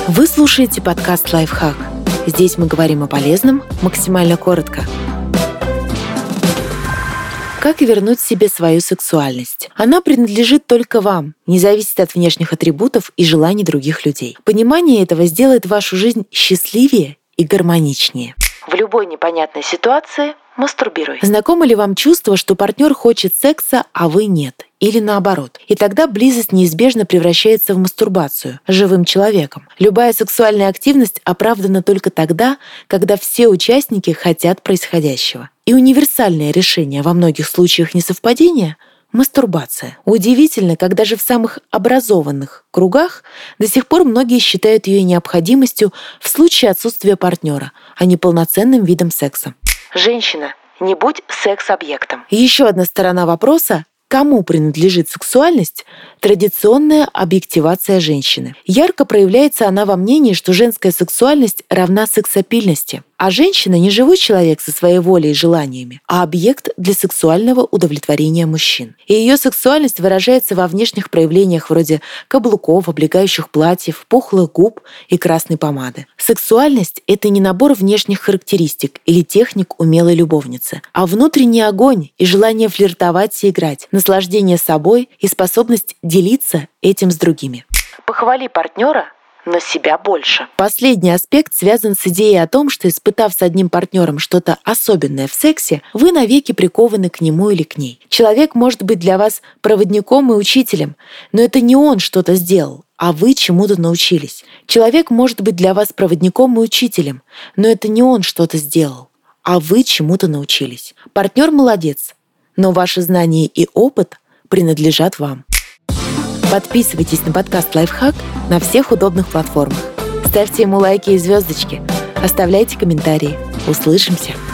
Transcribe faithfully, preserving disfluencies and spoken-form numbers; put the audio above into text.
Вы слушаете подкаст «Лайфхак». Здесь мы говорим о полезном максимально коротко. Как вернуть себе свою сексуальность? Она принадлежит только вам, не зависит от внешних атрибутов и желаний других людей. Понимание этого сделает вашу жизнь счастливее и гармоничнее. В любой непонятной ситуации мастурбируй. Знакомо ли вам чувство, что партнер хочет секса, а вы нет? Или наоборот. И тогда близость неизбежно превращается в мастурбацию живым человеком. Любая сексуальная активность оправдана только тогда, когда все участники хотят происходящего. И универсальное решение во многих случаях несовпадения — мастурбация. Удивительно, как даже в самых образованных кругах до сих пор многие считают ее необходимостью в случае отсутствия партнера, а не полноценным видом секса. Женщина, не будь секс-объектом. Еще одна сторона вопроса: кому принадлежит сексуальность? Традиционная объективация женщины. Ярко проявляется она во мнении, что женская сексуальность равна сексапильности. А женщина не живой человек со своей волей и желаниями, а объект для сексуального удовлетворения мужчин. И ее сексуальность выражается во внешних проявлениях вроде каблуков, облегающих платьев, пухлых губ и красной помады. Сексуальность — это не набор внешних характеристик или техник умелой любовницы, а внутренний огонь и желание флиртовать и играть, наслаждение собой и способность делиться этим с другими. Похвали партнера, но себя больше. Последний аспект связан с идеей о том, что, испытав с одним партнером что-то особенное в сексе, вы навеки прикованы к нему или к ней. Человек может быть для вас проводником и учителем, но это не он что-то сделал, а вы чему-то научились. Человек может быть для вас проводником и учителем, но это не он что-то сделал, а вы чему-то научились. Партнер молодец, но ваши знания и опыт принадлежат вам. Подписывайтесь на подкаст «Лайфхак» на всех удобных платформах. Ставьте ему лайки и звездочки. Оставляйте комментарии. Услышимся!